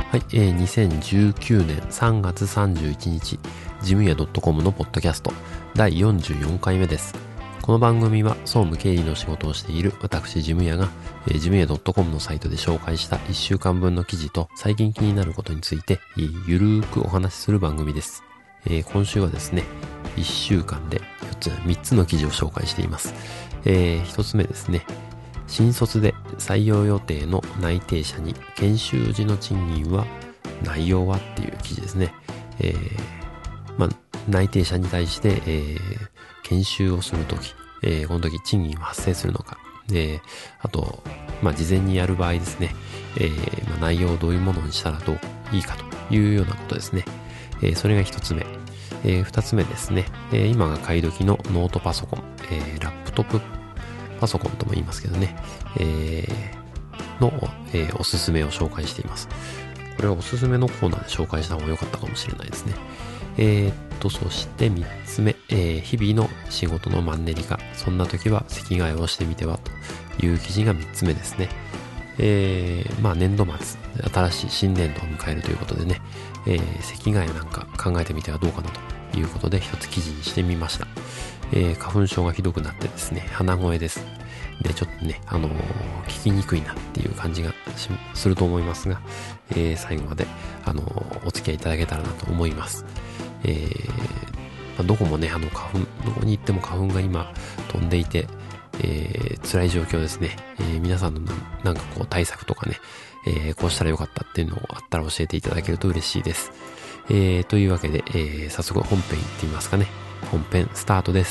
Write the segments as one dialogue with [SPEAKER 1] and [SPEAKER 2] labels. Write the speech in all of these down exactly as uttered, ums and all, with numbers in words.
[SPEAKER 1] はい、えー、にせんじゅうきゅうねんさんがつさんじゅういちにち、ジムヤ .com のポッドキャストだいよんじゅうよんかいめです。この番組は総務経理の仕事をしている私ジムヤが、えー、ジムヤ .com のサイトで紹介したいっしゅうかんぶんの記事と最近気になることについて、えー、ゆるーくお話しする番組です。えー、今週はですね、いっしゅうかんでよっつ、みっつの記事を紹介しています。えー、ひとつめですね、新卒で採用予定の内定者に研修時の賃金は内容はっていう記事ですね。えーまあ、内定者に対して、えー、研修をするとき、えー、この時賃金は発生するのか、えー、あと、まあ、事前にやる場合ですね、えーまあ、内容をどういうものにしたらどういいかというようなことですね。えー、それが一つ目。えー、二つ目ですね、えー、今が買い時のノートパソコン、えー、ラップトップパソコンとも言いますけどね、えー、の、えー、おすすめを紹介しています。これはおすすめのコーナーで紹介した方が良かったかもしれないですね。えー、っと、そしてみっつめ、えー、日々の仕事のマンネリ化、そんな時は席替えをしてみてはという記事がみっつめですね。えー、まあ年度末、新しい新年度を迎えるということでね、えー、席替えなんか考えてみてはどうかなということで一つ記事にしてみました。えー、花粉症がひどくなってですね、鼻声です。で、ちょっとね、あのー、聞きにくいなっていう感じがすると思いますが、えー、最後まで、あのー、お付き合いいただけたらなと思います。えーまあ、どこもね、あの花粉、どこに行っても花粉が今飛んでいて、えー、辛い状況ですね。えー、皆さんのな、なんかこう対策とかね、えー、こうしたらよかったっていうのをあったら教えていただけると嬉しいです。えー、というわけで、えー、早速本編行ってみますかね。本編スタートです。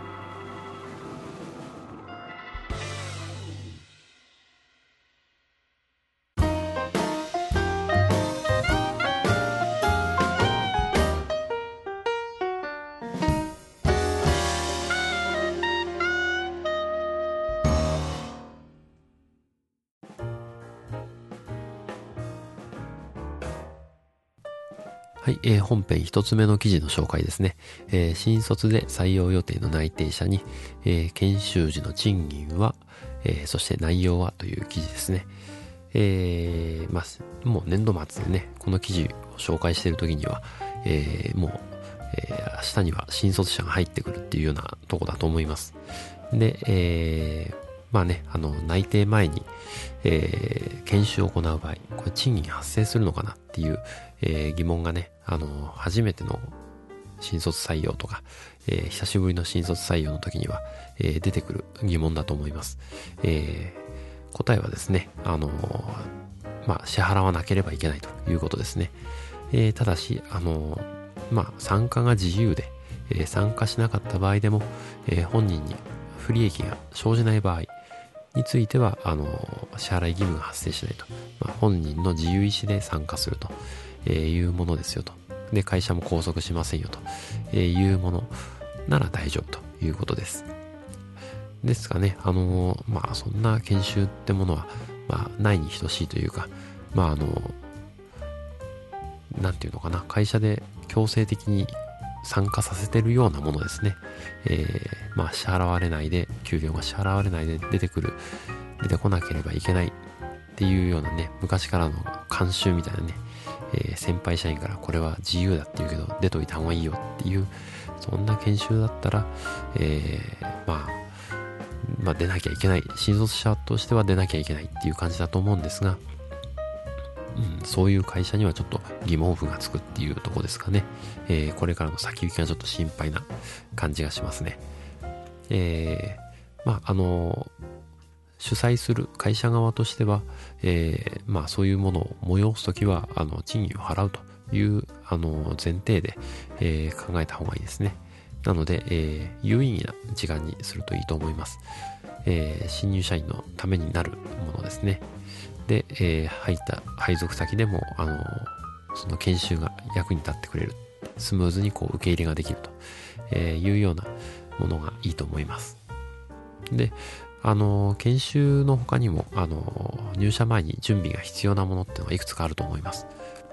[SPEAKER 1] はい、えー、本編一つ目の記事の紹介ですね。えー、新卒で採用予定の内定者に、えー、研修時の賃金は、えー、そして内容はという記事ですね。えー、まあ、もう年度末でね、この記事を紹介している時には、えー、もう、えー、明日には新卒者が入ってくるっていうようなとこだと思います。で、えー、まあね、あの、内定前に、えー、研修を行う場合、これ賃金発生するのかなっていう、えー、疑問がね、あの、初めての新卒採用とか、えー、久しぶりの新卒採用の時には、えー、出てくる疑問だと思います。えー、答えはですね、あのー、まあ、支払わなければいけないということですね。えー、ただし、あのー、まあ、参加が自由で、えー、参加しなかった場合でも、えー、本人に不利益が生じない場合については、あのー、支払い義務が発生しないと。まあ、本人の自由意思で参加するというものですよと。で、会社も拘束しませんよというものなら大丈夫ということです。ですがね、あのー、まあ、そんな研修ってものは、まあ、ないに等しいというか、まあ、あのー、なんていうのかな、会社で強制的に参加させてるようなものですね。えー、まあ、支払われないで、給料が支払われないで出てくる、出てこなければいけないっていうようなね、昔からの慣習みたいなね、えー、先輩社員からこれは自由だって言うけど出といた方がいいよっていう、そんな研修だったら、えー、まあ、まあ出なきゃいけない、新卒者としては出なきゃいけないっていう感じだと思うんですが、うん、そういう会社にはちょっと疑問符がつくっていうところですかね。えー、これからの先行きがちょっと心配な感じがしますね。えー、まあ、あのー、主催する会社側としては、えー、まあそういうものを催すときは、あの、賃金を払うという、あの、前提で、えー、考えた方がいいですね。なので、えー、有意義な時間にするといいと思います。えー、新入社員のためになるものですね。で、えー、入った配属先でも、あの、その研修が役に立ってくれる。スムーズにこう受け入れができるというようなものがいいと思います。で、あの、研修の他にも、あの、入社前に準備が必要なものっていうのがいくつかあると思います。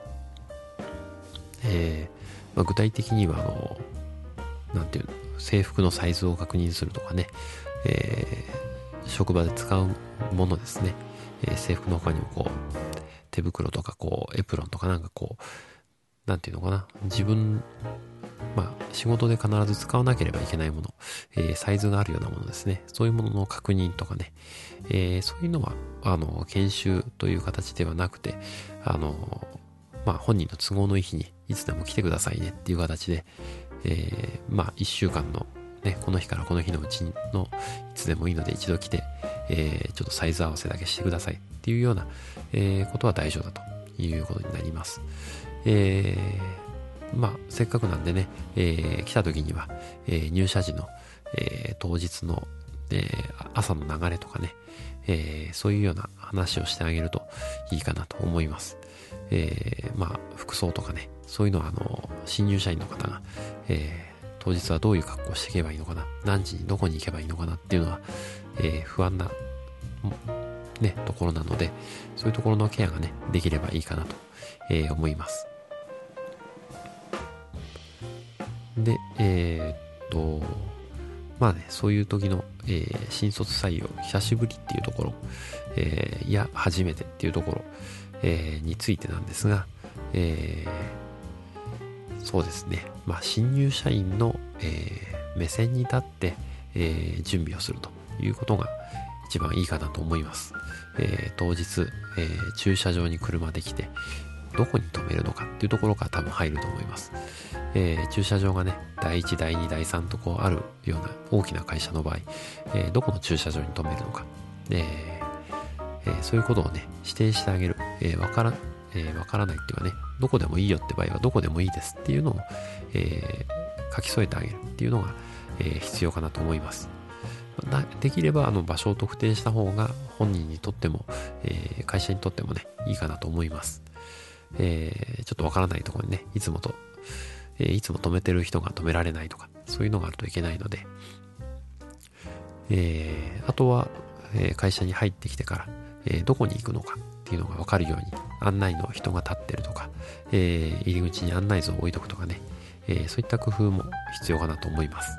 [SPEAKER 1] えーまあ、具体的には、あの、なんていうの、制服のサイズを確認するとかね、えー、職場で使うものですね。えー、制服の他にもこう、 手袋とかこうエプロンとかなんかこうなんていうのかな、自分まあ仕事で必ず使わなければいけないもの、えー、サイズがあるようなものですね、そういうものの確認とかね、えー、そういうのはあの研修という形ではなくて、あのまあ本人の都合のいい日にいつでも来てくださいねっていう形で、えー、まあいっしゅうかんのね、この日からこの日のうちのいつでもいいので一度来て、えー、ちょっとサイズ合わせだけしてくださいっていうような、えー、ことは大丈夫だということになります。えー、まあせっかくなんでね、えー、来た時には、えー、入社時の、えー、当日の、えー、朝の流れとかね、えー、そういうような話をしてあげるといいかなと思います。えー、まあ服装とかね、そういうのはあの新入社員の方が、えー当日はどういう格好をしていけばいいのかな、何時にどこに行けばいいのかなっていうのは、えー、不安な、ね、ところなので、そういうところのケアがね、できればいいかなと、えー、思います。で、えー、っと、まあね、そういう時の、えー、新卒採用、久しぶりっていうところ、えー、いや、初めてっていうところ、えー、についてなんですが、えーそうですね。まあ、新入社員の、えー、目線に立って、えー、準備をするということが一番いいかなと思います。えー、当日、えー、駐車場に車で来て、どこに止めるのかっていうところから多分入ると思います。えー、駐車場がね、だいいち、だいに、だいさんとこうあるような大きな会社の場合、えー、どこの駐車場に止めるのか、えーえー、そういうことをね、指定してあげる。えー、わからえー、わからないっていうかね、どこでもいいよって場合はどこでもいいですっていうのを、えー、書き添えてあげるっていうのが、えー、必要かなと思います。できればあの場所を特定した方が本人にとっても、えー、会社にとってもね、いいかなと思います。えー、ちょっとわからないところにね、いつもと、えー、いつも止めてる人が止められないとか、そういうのがあるといけないので、えー、あとは、えー、会社に入ってきてから、えー、どこに行くのかっていうのが分かるように案内の人が立ってるとか、えー、入り口に案内図を置いとくとかね、えー、そういった工夫も必要かなと思います。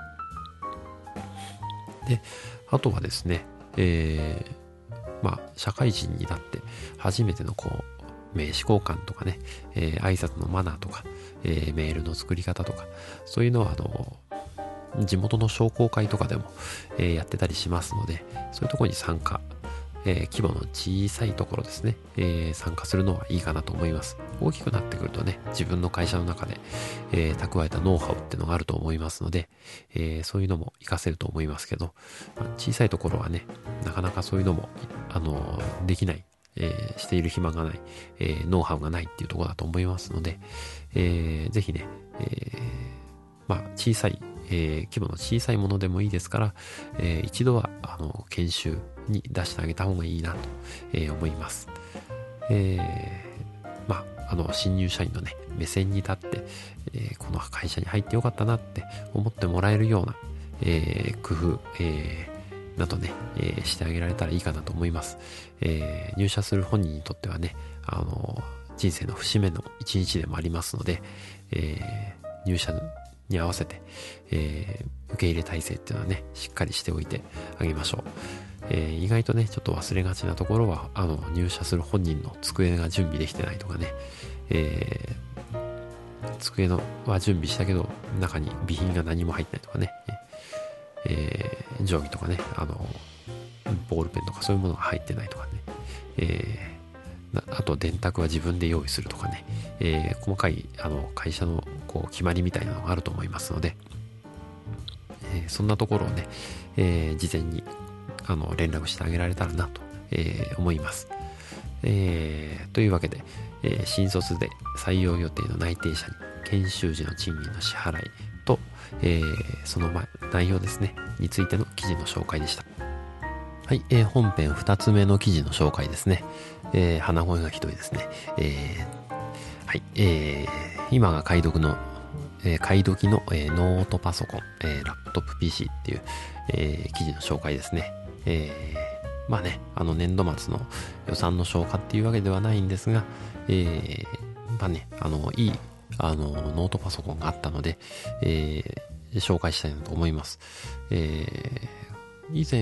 [SPEAKER 1] で、あとはですね、えー、まあ社会人になって初めてのこう名刺交換とかね、えー、挨拶のマナーとか、えー、メールの作り方とか、そういうのはあの地元の商工会とかでも、えー、やってたりしますので、そういうところに参加、えー、規模の小さいところですね、えー、参加するのはいいかなと思います。大きくなってくるとね、自分の会社の中で、えー、蓄えたノウハウっていうのがあると思いますので、えー、そういうのも活かせると思いますけど、まあ、小さいところはね、なかなかそういうのも、あのー、できない、えー、している暇がない、えー、ノウハウがないっていうところだと思いますので、えー、ぜひね、えー、まあ小さい、えー、規模の小さいものでもいいですから、えー、一度はあの研修に出してあげた方がいいなと、えー、思います。えー、まああの新入社員のね目線に立って、えー、この会社に入ってよかったなって思ってもらえるような、えー、工夫、えー、などね、えー、してあげられたらいいかなと思います。えー、入社する本人にとってはね、あの人生の節目の一日でもありますので、えー、入社に合わせて、えー、受け入れ体制っていうのはね、しっかりしておいてあげましょう。えー、意外とね、ちょっと忘れがちなところは、あの、入社する本人の机が準備できてないとかね、えー、机のは準備したけど、中に備品が何も入ってないとかね、えー、定規とかね、あの、ボールペンとかそういうものが入ってないとかね、えー、あと電卓は自分で用意するとかね、えー、細かいあの会社のこう決まりみたいなのがあると思いますので、えー、そんなところをね、えー、事前にあの連絡してあげられたらなと、えー、思います。えー、というわけで、えー、新卒で採用予定の内定者に研修時の賃金の支払いと、えー、その前内容ですねについての記事の紹介でした。はい、えー、本編ふたつめの記事の紹介ですね。えー、鼻声がひどいですね。えー、はい、えー、今が買い時の、えー、買い時の、えー、ノートパソコン、えー、ラップトップ ピーシー っていう、えー、記事の紹介ですね。えー、まあね、あの年度末の予算の消化っていうわけではないんですが、えー、まあね、あの、いい、あの、ノートパソコンがあったので、えー、紹介したいなと思います。えー、以前、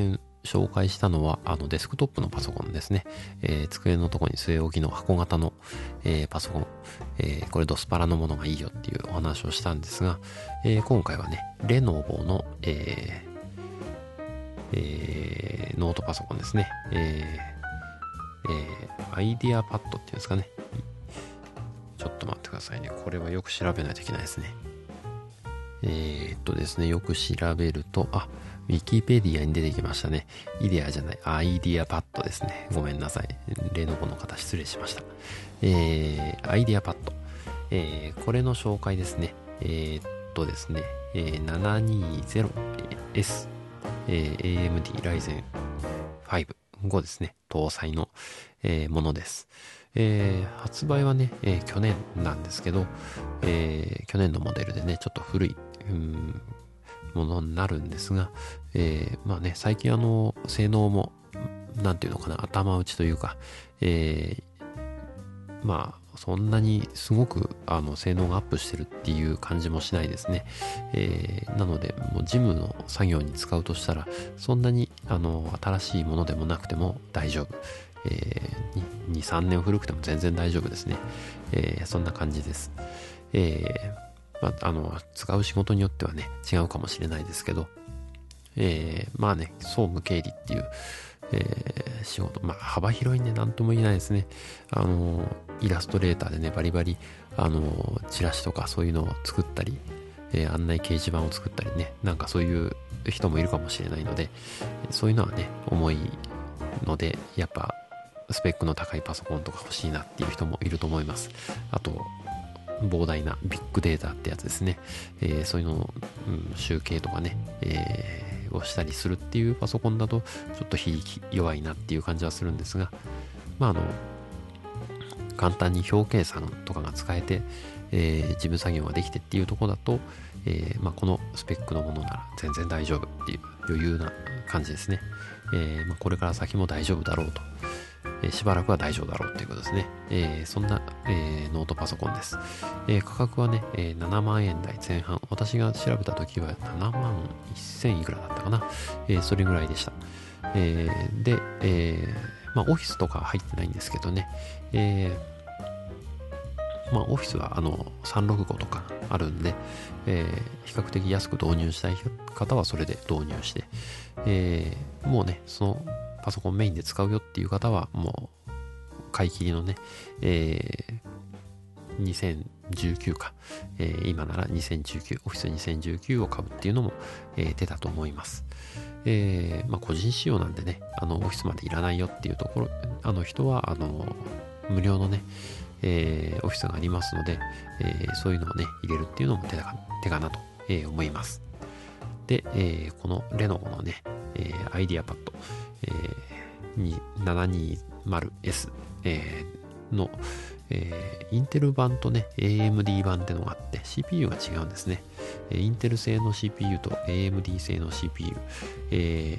[SPEAKER 1] 紹介したのは、あのデスクトップのパソコンですね。えー、机のところに据え置きの箱型の、えー、パソコン、えー、これドスパラのものがいいよっていうお話をしたんですが、えー、今回はね、レノボの、えーえー、ノートパソコンですね。えーえー、アイディアパッドっていうんですかね。ちょっと待ってくださいね。これはよく調べないといけないですね。えー、っとですね、よく調べると、あ、ウィキペディアに出てきましたね。イデアじゃない、アイディアパッドですね。ごめんなさい。レノボの方失礼しました。えー、アイディアパッド。えー、これの紹介ですね。えー、っとですね、えー、ななにーぜろエス、えー、エーエムディー Ryzen ファイブ、ごですね。搭載の、えー、ものです。えー、発売はね、えー、去年なんですけど、えー、去年のモデルでね、ちょっと古い、うんものになるんですが、えー、まあね、最近あの、性能も、なんていうのかな、頭打ちというか、えー、まあ、そんなにすごく、あの、性能がアップしてるっていう感じもしないですね。えー、なので、もうジムの作業に使うとしたら、そんなに、あの、新しいものでもなくても大丈夫。えー、に、さんねん古くても全然大丈夫ですね。えー、そんな感じです。えーまあ、あの、使う仕事によってはね、違うかもしれないですけど、えー、まあね、総務経理っていう、えー、仕事、まあ、幅広いんで何とも言えないですね。あの、イラストレーターでね、バリバリ、あの、チラシとかそういうのを作ったり、えー、案内掲示板を作ったりね、なんかそういう人もいるかもしれないので、そういうのはね、重いので、やっぱ、スペックの高いパソコンとか欲しいなっていう人もいると思います。あと、膨大なビッグデータってやつですね。えー、そういうのを、うん、集計とかね、えー、をしたりするっていうパソコンだと、ちょっと非力弱いなっていう感じはするんですが、まああの、簡単に表計算とかが使えて、えー、事務作業ができてっていうところだと、えーまあ、このスペックのものなら全然大丈夫っていう余裕な感じですね。えーまあ、これから先も大丈夫だろうと。えしばらくは大丈夫だろうということですね。えー、そんな、えー、ノートパソコンです。えー、価格はね、えー、ななまんえん台前半。私が調べた時はななまんせんいくらだったかな。えー、それぐらいでした。えー、で、えー、まあオフィスとか入ってないんですけどね。えー、まあオフィスはあのさんろくごとかあるんで、えー、比較的安く導入したい方はそれで導入して、えー、もうね、そのパソコンメインで使うよっていう方はもう買い切りのね、えー、にせんじゅうきゅうか、えー、今ならにせんじゅうきゅう、オフィスにせんじゅうきゅうを買うっていうのも、えー、手だと思います。えー、まあ個人仕様なんでね、あのオフィスまでいらないよっていうところ、あの人はあの無料のね、えー、オフィスがありますので、えー、そういうのをね入れるっていうのも手だ手かなと、えー、思います。で、えー、このレノボのね、えー、アイディアパッド、えー、ななにーまるエス、えー、の、えー、インテル版とね エーエムディー 版ってのがあって シーピーユー が違うんですね。インテル製の シーピーユー と エーエムディー 製の シーピーユー、え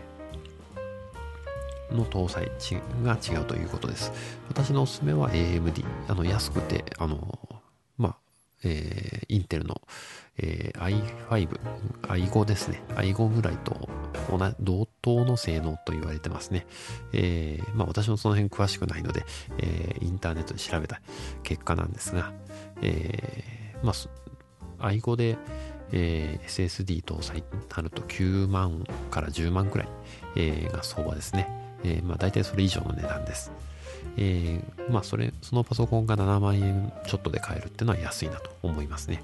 [SPEAKER 1] ー、の搭載が違うということです。私のおすすめは エーエムディー、あの安くてあのまあ、えー、インテルの、えー、アイファイブ、アイファイブ ですね。アイファイブ ぐらいと同等の性能と言われてますね。えー、まあ私もその辺詳しくないので、えー、インターネットで調べた結果なんですが、えー、まあ アイファイブ で、えー、エスエスディー 搭載になるときゅうまんからじゅうまんくらい、えー、が相場ですね。えー、まあ大体それ以上の値段です。えー、まあそれ、そのパソコンがななまんえんちょっとで買えるっていうのは安いなと思いますね。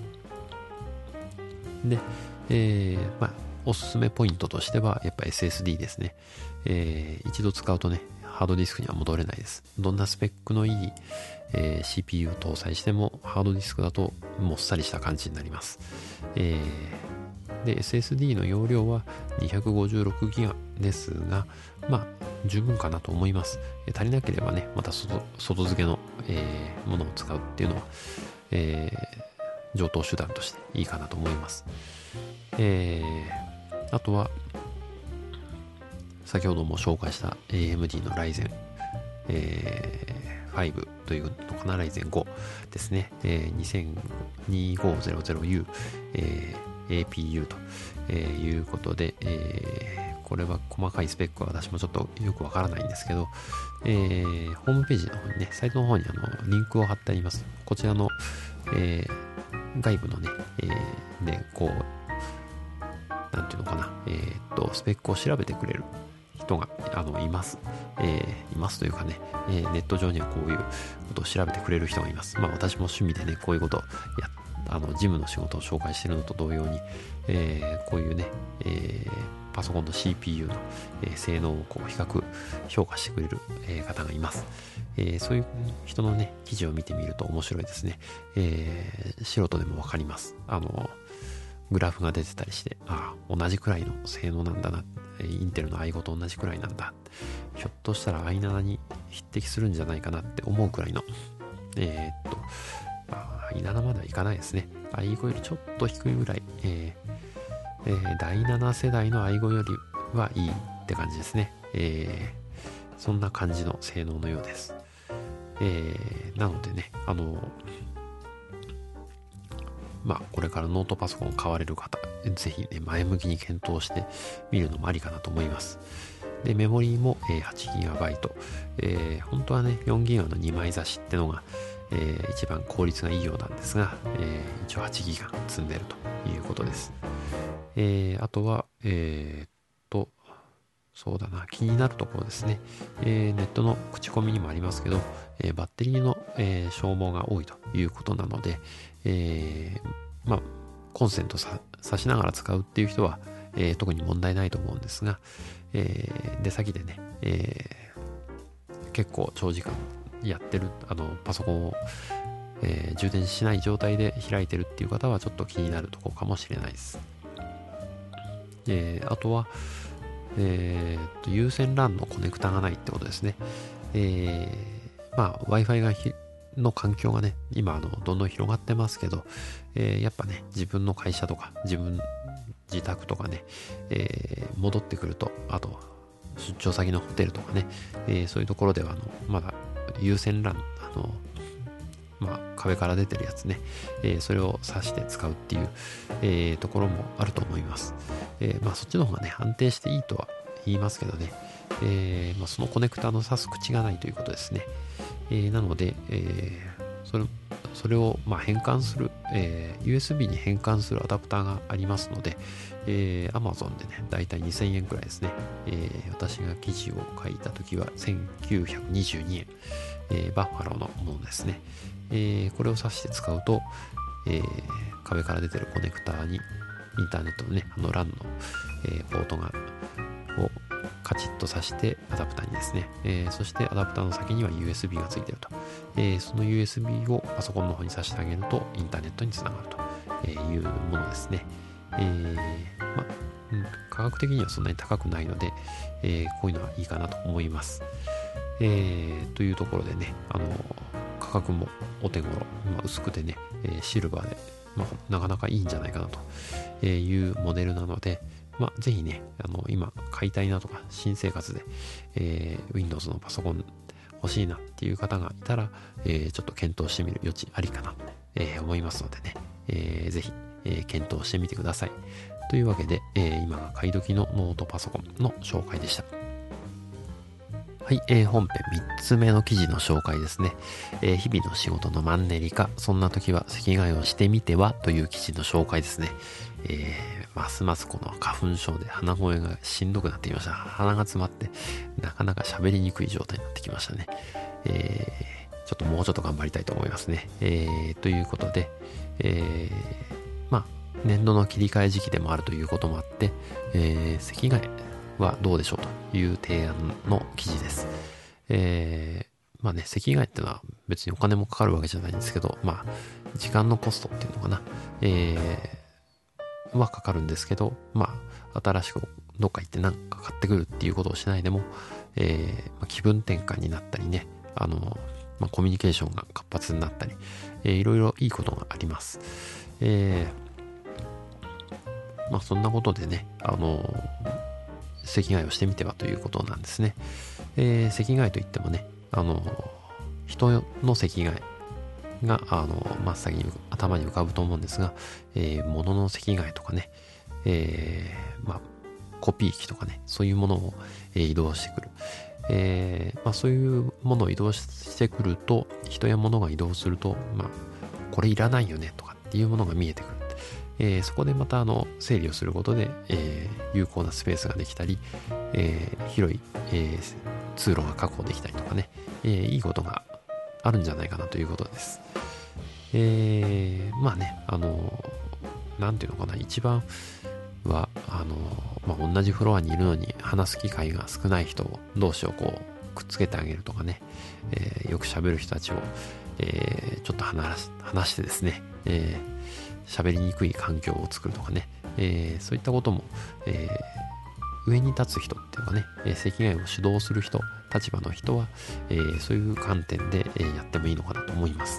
[SPEAKER 1] で、えー、まあおすすめポイントとしてはやっぱ エスエスディー ですね。えー、一度使うとね、ハードディスクには戻れないです。どんなスペックのいい、えー、シーピーユー 搭載してもハードディスクだともっさりした感じになります。えー、で エスエスディー の容量は にひゃくごじゅうろくギガ ですが、まあ十分かなと思います。えー、足りなければね、また 外, 外付けの、えー、ものを使うっていうのは、えー、上等手段としていいかなと思います。えー、あとは先ほども紹介した エーエムディー の Ryzen、えー、ファイブというのかな、Ryzen ごですね、えー、にせんにひゃくごじゅうユー、えー、 エーピーユー と、えー、いうことで、えー、これは細かいスペックは私もちょっとよくわからないんですけど、えー、ホームページの方にね、サイトの方にあのリンクを貼ってあります。こちらの、えー、外部のね、えー、で、こう、なんていうのかな、えー、っと、スペックを調べてくれる人があのいます、えー、いますというかね、えー、ネット上にはこういうことを調べてくれる人がいます。まあ私も趣味でね、こういうことをやあの事務の仕事を紹介しているのと同様に、えー、こういうね、えー、パソコンの シーピーユー の、えー、性能をこう比較評価してくれる、えー、方がいます。えー、そういう人のね記事を見てみると面白いですね。えー、素人でもわかります。あのグラフが出てたりして、ああ同じくらいの性能なんだな、インテルの アイファイブ と同じくらいなんだ、ひょっとしたら アイセブン に匹敵するんじゃないかなって思うくらいの、えー、っとアイセブン まではいかないですね。アイファイブ よりちょっと低いぐらい、えーえー、だいなな世代の アイファイブ よりはいいって感じですね。えー、そんな感じの性能のようです。えー、なのでね、あのまあこれからノートパソコンを買われる方、ぜひね前向きに検討してみるのもありかなと思います。でメモリーも はちギガバイト、えー、本当はね よんギガのにまい差しってのが、えー、一番効率がいいようなんですが、えー、一応はちギガ積んでるということです。えー、あとはえー、っとそうだな、気になるところですね、えー、ネットの口コミにもありますけど、えー、バッテリーの、えー、消耗が多いということなので、えー、まあコンセントさ挿しながら使うっていう人は、えー、特に問題ないと思うんですが、えー、出先でね、えー、結構長時間やってるあのパソコンを、えー、充電しない状態で開いてるっていう方はちょっと気になるところかもしれないです。えー、あとはえー、と有線 ラン のコネクタがないってことですね。えー、まあ Wi-Fi がひの環境がね今あのどんどん広がってますけど、えー、やっぱね自分の会社とか自分自宅とかね、えー、戻ってくると、あと出張先のホテルとかね、えー、そういうところではあのまだ有線 ラン あのまあ壁から出てるやつね、えー、それを挿して使うっていう、えー、ところもあると思います。えー、まあそっちの方がね安定していいとは言いますけどね、えーまあ、そのコネクタの挿す口がないということですね。えー、なので、えー、それそれをまあ変換する、えー、ユーエスビー に変換するアダプターがありますので、えー、Amazon でねだいたいにせんえんくらいですね、えー、私が記事を書いた時はせんきゅうひゃくにじゅうにえん、えー、バッファローのものですね。えー、これを挿して使うと、えー、壁から出てるコネクターにインターネットのねあの ラン の、えー、ポートがをカチッと挿してアダプターにですね、えー、そしてアダプターの先には ユーエスビー がついていると、えー、その ユーエスビー をパソコンの方に挿してあげるとインターネットにつながるというものですね。えーまうん、価格的にはそんなに高くないので、えー、こういうのはいいかなと思います。えー、というところでね、あの価格もお手頃、まあ、薄くてね、えー、シルバーで、まあ、なかなかいいんじゃないかなというモデルなので、まあ、ぜひね、あの今買いたいなとか新生活で、えー、Windows のパソコン欲しいなっていう方がいたら、えー、ちょっと検討してみる余地ありかなと、えー、思いますのでね、えー、ぜひ、えー、検討してみてください。というわけで、えー、今が買い時のノートパソコンの紹介でした。はい、えー、本編みっつめの記事の紹介ですね。えー、日々の仕事のマンネリ化、そんな時は席替えをしてみてはという記事の紹介ですね。えー、ますますこの花粉症で鼻声がしんどくなってきました。鼻が詰まってなかなか喋りにくい状態になってきましたね。えー、ちょっともうちょっと頑張りたいと思いますね。えー、ということで、えー、まあ年度の切り替え時期でもあるということもあって、えー、席替えはどうでしょうという提案の記事です。えー、まあね、席替えってのは別にお金もかかるわけじゃないんですけど、まあ、時間のコストっていうのかな、えー、はかかるんですけど、まあ、新しくどっか行って何か買ってくるっていうことをしないでも、えーまあ、気分転換になったりね、あの、まあ、コミュニケーションが活発になったり、えー、いろいろいいことがあります。えー、まあ、そんなことでね、あの、席替えをしてみてはということなんですね。えー、席替えといってもね、あの人の席替えが、あの、真っ先に頭に浮かぶと思うんですが、えー、物の席替えとかね、えー、まあ、コピー機とかね、そういうものを、えー、移動してくる。えー、まあ、そういうものを移動してくると、人や物が移動すると、まあ、これいらないよねとかっていうものが見えてくる。えー、そこでまたあの整理をすることで、えー、有効なスペースができたり、えー、広い、えー、通路が確保できたりとかね、えー、いいことがあるんじゃないかなということです。えー、まあね、あのなんていうのかな、一番はあの、まあ、同じフロアにいるのに話す機会が少ない人同士をこうくっつけてあげるとかね、えー、よく喋る人たちを、えー、ちょっと話話してですね、えー喋りにくい環境を作るとかね、えー、そういったことも、えー、上に立つ人っていうかね、えー、席替えを主導する人、立場の人は、えー、そういう観点で、えー、やってもいいのかなと思います。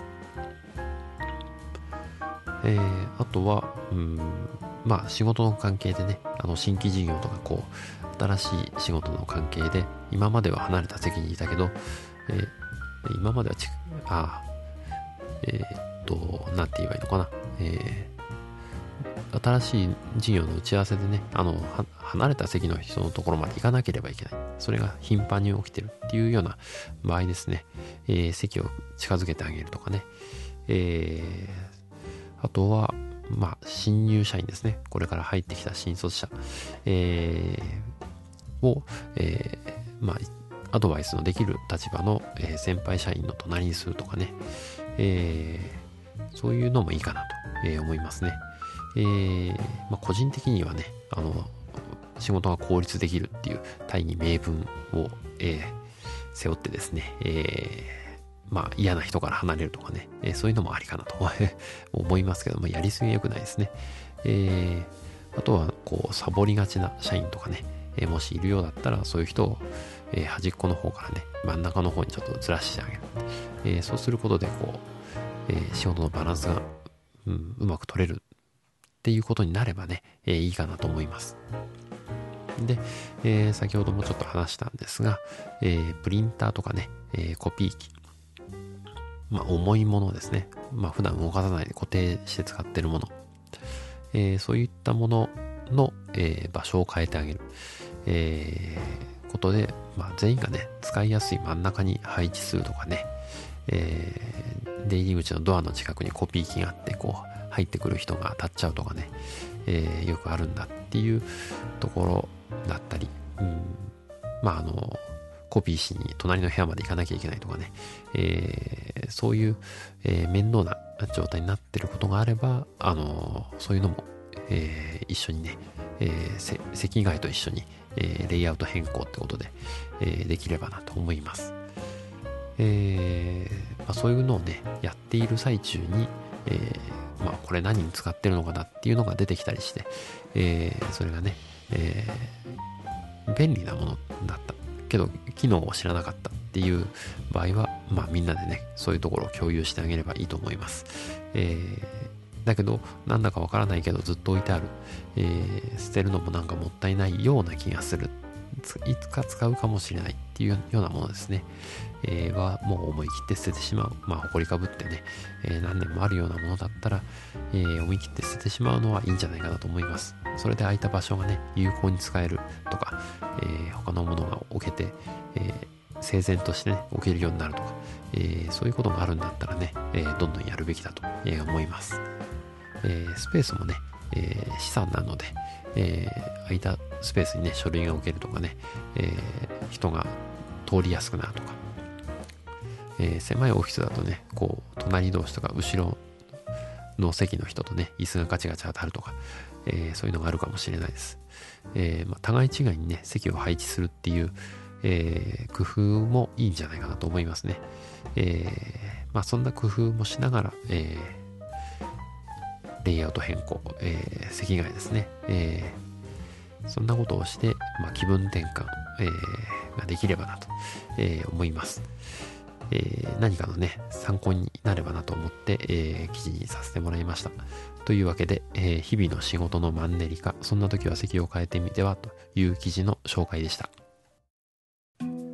[SPEAKER 1] えー、あとは、うん、まあ仕事の関係でね、あの新規事業とかこう新しい仕事の関係で今までは離れた席にいたけど、えー、今まではちあえー、っとなんて言えばいいのかな、えー、新しい事業の打ち合わせでね、あの離れた席の人のところまで行かなければいけない、それが頻繁に起きてるっていうような場合ですね、えー、席を近づけてあげるとかね、えー、あとはまあ新入社員ですね、これから入ってきた新卒者、えー、を、えー、まあアドバイスのできる立場の、えー、先輩社員の隣にするとかね、えー、そういうのもいいかなと、えー、思いますね。えーまあ、個人的にはね、あの仕事が効率できるっていう大義名分を、えー、背負ってですね、えー、まあ嫌な人から離れるとかね、えー、そういうのもありかなと思いますけども、やりすぎは良くないですね。えー、あとはこうサボりがちな社員とかね、えー、もしいるようだったらそういう人を、えー、端っこの方からね、真ん中の方にちょっとずらしてあげる。えー、そうすることでこう、えー、仕事のバランスが、うん、うまく取れるっていうことになればね、えー、いいかなと思います。で、えー、先ほどもちょっと話したんですが、えー、プリンターとかね、えー、コピー機、まあ重いものですね、まあ普段動かさないで固定して使ってるもの、えー、そういったものの、えー、場所を変えてあげる、えー、ことで、まあ、全員がね使いやすい真ん中に配置するとかね、えー、出入り口のドアの近くにコピー機があってこう入ってくる人が当たっちゃうとかね、えー、よくあるんだっていうところだったり、うん、まああのコピーしに隣の部屋まで行かなきゃいけないとかね、えー、そういう、えー、面倒な状態になってることがあれば、あのそういうのも、えー、一緒にね、えー、席替えと一緒に、えー、レイアウト変更ってことで、えー、できればなと思います。えーまあ、そういうのをねやっている最中に、えーまあ、これ何に使ってるのかなっていうのが出てきたりして、えー、それがね、えー、便利なものだったけど機能を知らなかったっていう場合は、まあ、みんなでねそういうところを共有してあげればいいと思います。えー、だけどなんだかわからないけどずっと置いてある、えー、捨てるのもなんかもったいないような気がする、いつか使うかもしれないっていうようなものですね、えー、はもう思い切って捨ててしまう。まあ埃かぶってね、えー、何年もあるようなものだったら、えー、思い切って捨ててしまうのはいいんじゃないかなと思います。それで空いた場所がね有効に使えるとか、えー、他のものが置けて、えー、整然としてね置けるようになるとか、えー、そういうことがあるんだったらね、えー、どんどんやるべきだと、えー、思います。えー、スペースもね、えー、資産なので、えー、空いたスペースにね書類が置けるとかね、えー、人が通りやすくなるとか、えー、狭いオフィスだとねこう隣同士とか後ろの席の人とね椅子がガチガチ当たるとか、えー、そういうのがあるかもしれないです。えーまあ、互い違いにね席を配置するっていう、えー、工夫もいいんじゃないかなと思いますね。えーまあ、そんな工夫もしながら、えーレイアウト変更、えー、席替えですね、えー、そんなことをして、まあ、気分転換、えー、ができればなと、えー、思います。えー、何かのね参考になればなと思って、えー、記事にさせてもらいました。というわけで、えー、日々の仕事のマンネリ化、そんな時は席を変えてみてはという記事の紹介でした。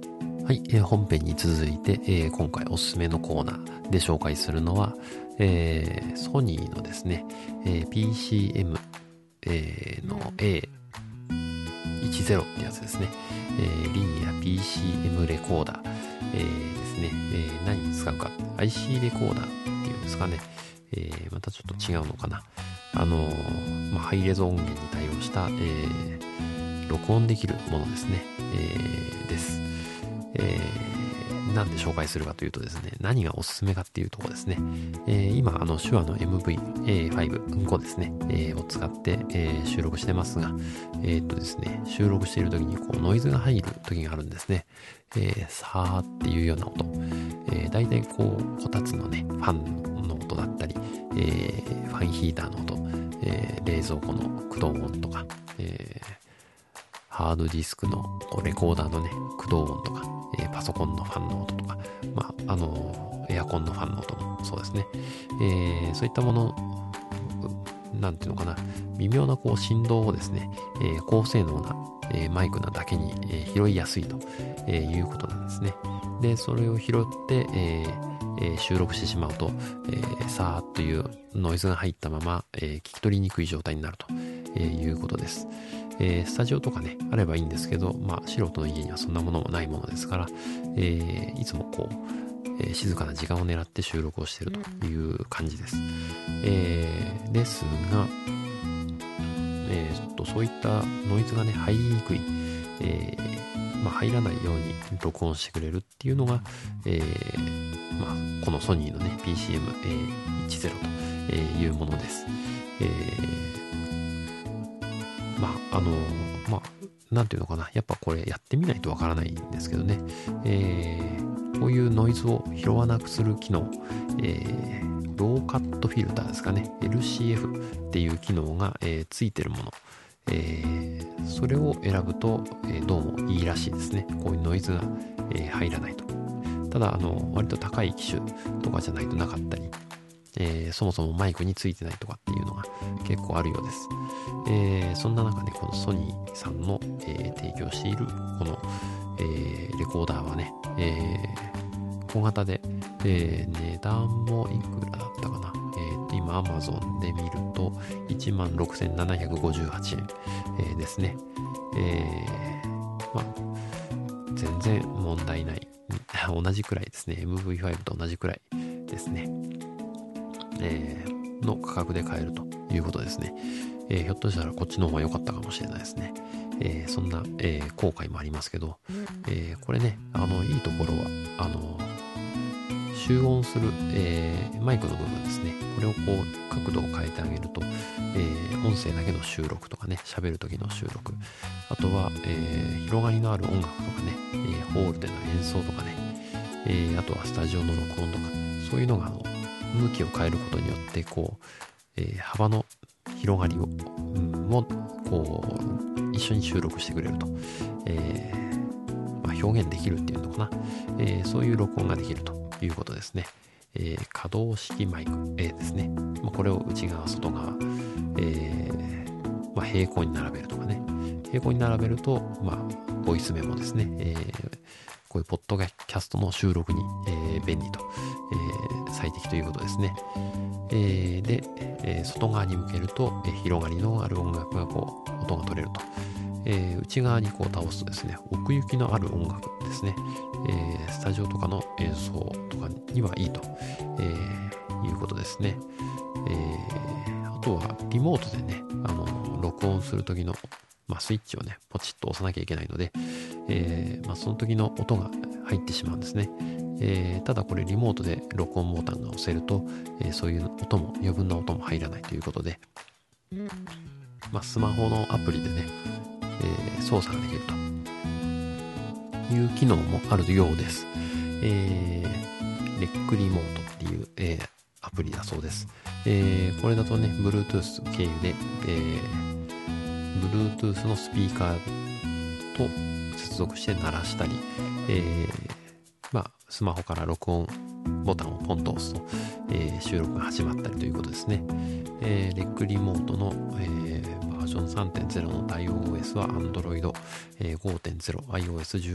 [SPEAKER 1] はい、えー、本編に続いて、えー、今回おすすめのコーナーで紹介するのは、えー、ソニーのですね、えー、ピーシーエム、えー、の エーじゅう ってやつですね、えー、リニア ピーシーエム レコーダー、えー、ですね、えー、何に使うか アイシー レコーダーっていうんですかね、えー、またちょっと違うのかな、あのーまあ、ハイレゾ音源に対応した、えー、録音できるものですね、えー、です。えー、なんで紹介するかというとですね、何がおすすめかっていうところですね。えー、今、あの、手話の エムブイファイブ ごですね、えー、を使って、えー、収録してますが、えー、っとですね、収録している時にこうノイズが入る時があるんですね。えー、さーっていうような音。えー、大体こう、こたつのね、ファンの音だったり、えー、ファンヒーターの音、えー、冷蔵庫の駆動音とか、えー、ハードディスクのこうレコーダーのね、駆動音とか、えー、パソコンのファンの音とか、まあ、あのー、エアコンのファンの音もそうですね。えー、そういったもの、なんていうのかな、微妙なこう振動をですね、えー、高性能な、えー、マイクなだけに、えー、拾いやすいと、えー、いうことなんですね。で、それを拾って、えーえー、収録してしまうと、えー、さーっというノイズが入ったまま、えー、聞き取りにくい状態になると、えー、いうことです。えー、スタジオとかね、あればいいんですけど、まあ、素人の家にはそんなものもないものですから、えー、いつもこう、えー、静かな時間を狙って収録をしているという感じです。えー、ですが、えー、っと、そういったノイズがね、入りにくい、えー、まあ、入らないように録音してくれるっていうのが、えー、まあ、このソニーのね、ピーシーエムじゅう というものです。えーまあ、あの、まあ、なんていうのかな。やっぱこれやってみないとわからないんですけどね。えー、こういうノイズを拾わなくする機能、えー、ローカットフィルターですかね。エルシーエフ っていう機能が、えー、ついてるもの。えー、それを選ぶと、えー、どうもいいらしいですね。こういうノイズが、えー、入らないと。ただ、あの、割と高い機種とかじゃないとなかったり、えー、そもそもマイクについてないとかっていうのが結構あるようです。えー、そんな中ね、このソニーさんの、えー、提供しているこの、えー、レコーダーはね、えー、小型で、えー、値段もいくらだったかな。えー、と今 Amazon で見ると いちまんろくせんななひゃくごじゅうはちえん、えー、ですね。えー、まあ、全然問題ない。同じくらいですね。エムブイファイブ と同じくらいですね。えー、の価格で買えるということですね。えー、ひょっとしたらこっちの方が良かったかもしれないですね。えー、そんな、えー、後悔もありますけど、えー、これね、あの、いいところは、あの、集音する、えー、マイクの部分ですね。これをこう、角度を変えてあげると、えー、音声だけの収録とかね、喋る時の収録、あとは、えー、広がりのある音楽とかね、えー、ホールでの演奏とかね、えー、あとはスタジオの録音とか、そういうのが、あの、向きを変えることによって、こう、えー、幅の広がりを、うん、も、こう、一緒に収録してくれると。えー、まあ、表現できるっていうのかな。えー、そういう録音ができるということですね。えー、可動式マイク、えー、ですね。まあ、これを内側、外側、えー、まあ、平行に並べるとかね。平行に並べると、まあ、ボイスメモですね。えー、こういうポッドキャストの収録に、えー、便利と、えー、最適ということですね。えー、で、えー、外側に向けると、えー、広がりのある音楽がこう音が取れると、えー、内側にこう倒すとですね、奥行きのある音楽ですね、えー、スタジオとかの演奏とかにはいいと、えー、いうことですね。えー、あとはリモートでね、あの録音する時の、まあ、スイッチをねポチッと押さなきゃいけないので、えーまあ、その時の音が入ってしまうんですね。えー、ただこれリモートで録音ボタンが押せると、えー、そういう音も余分な音も入らないということで、まあ、スマホのアプリでね、えー、操作ができるという機能もあるようです。えー、レックリモートっていう、えー、アプリだそうです。えー、これだとね Bluetooth 経由で、えー、Bluetooth のスピーカーと接続して鳴らしたり、えーまあ、スマホから録音ボタンをポンと押すと、えー、収録が始まったりということですね。えー、レックリモートの、えー、バージョン さんてんゼロ の対応 オーエス は Android、えー、ごてんゼロ、アイオーエスじゅう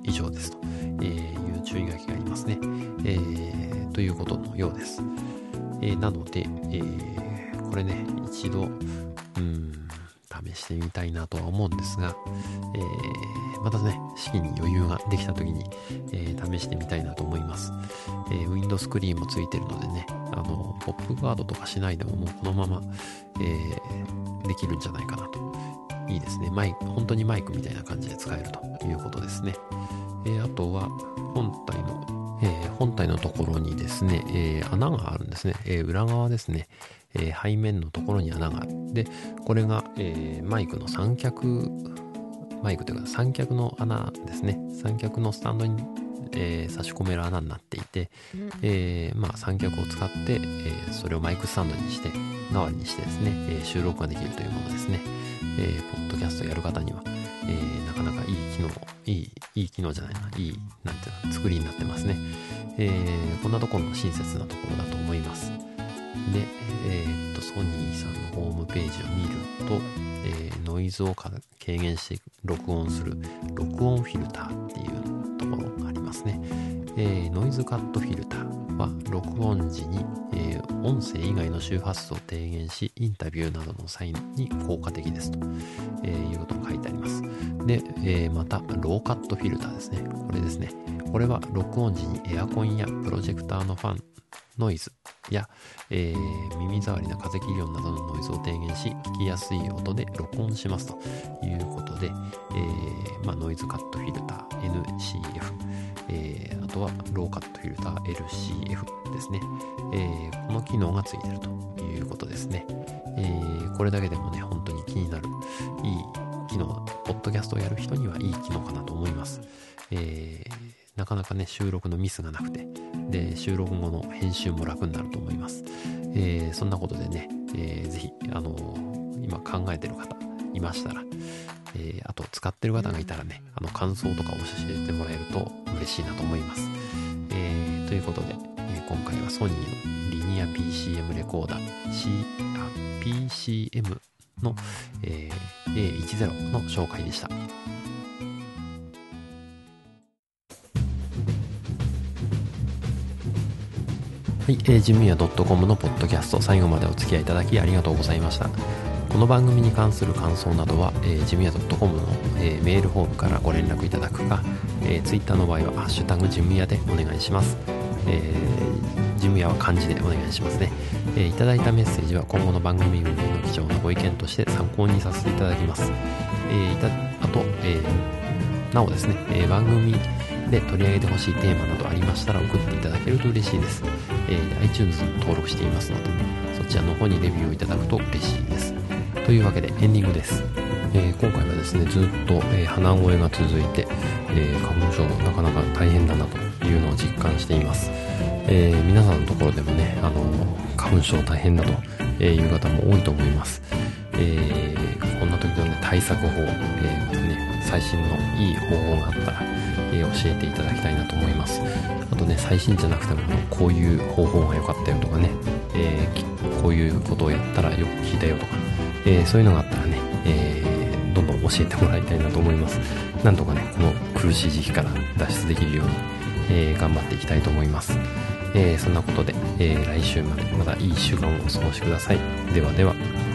[SPEAKER 1] 以上ですと、えー、いう注意書きがありますね。えー、ということのようです。えー、なので、えー、これね、一度、うーん、試してみたいなとは思うんですが、えー、またね、資金に余裕ができた時に、えー、試してみたいなと思います。えー、ウィンドスクリーンもついてるのでね、あの、ポップガードとかしないでももうこのまま、えー、できるんじゃないかなと。いいですね。マイク、本当にマイクみたいな感じで使えるということですね。えー、あとは、本体の、えー、本体のところにですね、えー、穴があるんですね。えー、裏側ですね。えー、背面のところに穴がある。で、これが、えー、マイクの三脚、マイクというか三脚の穴ですね。三脚のスタンドに、えー、差し込める穴になっていて、えー、まあ三脚を使って、えー、それをマイクスタンドにして、代わりにしてですね、えー、収録ができるというものですね。えー、ポッドキャストやる方には、えー、なかなかいい機能、いい、いい機能じゃないな、いい、なんていうの、作りになってますね。えー、こんなところの親切なところだと思います。で、えー、っと、ソニーさんのホームページを見ると、えー、ノイズを軽減して録音する録音フィルターっていうところがありますね。えー、ノイズカットフィルターは録音時に、えー、音声以外の周波数を低減し、インタビューなどの際に効果的ですと、えー、いうことが書いてあります。で、えー、またローカットフィルターですね。これですね。これは録音時にエアコンやプロジェクターのファンノイズや、えー、耳障りな風切り音などのノイズを低減し、聞きやすい音で録音しますということで、えーまあ、ノイズカットフィルター エヌシーエフ、えー、あとはローカットフィルター エルシーエフ ですね、えー、この機能がついているということですね。えー、これだけでもね、本当に気になるいい機能、ポッドキャストをやる人にはいい機能かなと思います。えー、なかなかね、収録のミスがなくて、で、収録後の編集も楽になると思います。えー、そんなことでね、えー、ぜひ、あのー、今考えてる方いましたら、えー、あと使ってる方がいたらね、あの感想とか教えてもらえると嬉しいなと思います。えー、ということで、えー、今回はソニーのリニア ピーシーエム レコーダー、C、あ ピーシーエム の、えー、エーじゅう の紹介でした。はい、えー、ジムヤ .com のポッドキャスト、最後までお付き合いいただきありがとうございました。この番組に関する感想などは、えー、ジムヤ .com の、えー、メールフォームからご連絡いただくか、えー、ツイッターの場合はハッシュタグジムヤでお願いします。えー、ジムヤは漢字でお願いしますね。えー、いただいたメッセージは今後の番組運営の貴重なご意見として参考にさせていただきます。えー、いたあと、えー、なおですね、えー、番組で取り上げてほしいテーマなどありましたら送っていただけると嬉しいです。えー、iTunes に登録していますので、そちらの方にレビューをいただくと嬉しいです。というわけでエンディングです。えー、今回はですね、ずっと、えー、鼻声が続いて、えー、花粉症なかなか大変だなというのを実感しています。えー、皆さんのところでもね、あのー、花粉症大変だという方も多いと思います。えー、こんな時のね、対策法、えー、またね、最新のいい方法があったら、えー、教えていただきたいなと思います。あとね、最新じゃなくてもこういう方法が良かったよとかね、えー、こういうことをやったらよく聞いたよとか、えー、そういうのがあったらね、えー、どんどん教えてもらいたいなと思います。なんとかね、この苦しい時期から脱出できるように、えー、頑張っていきたいと思います。えー、そんなことで、えー、来週までまだいい週間をお過ごしください。ではでは。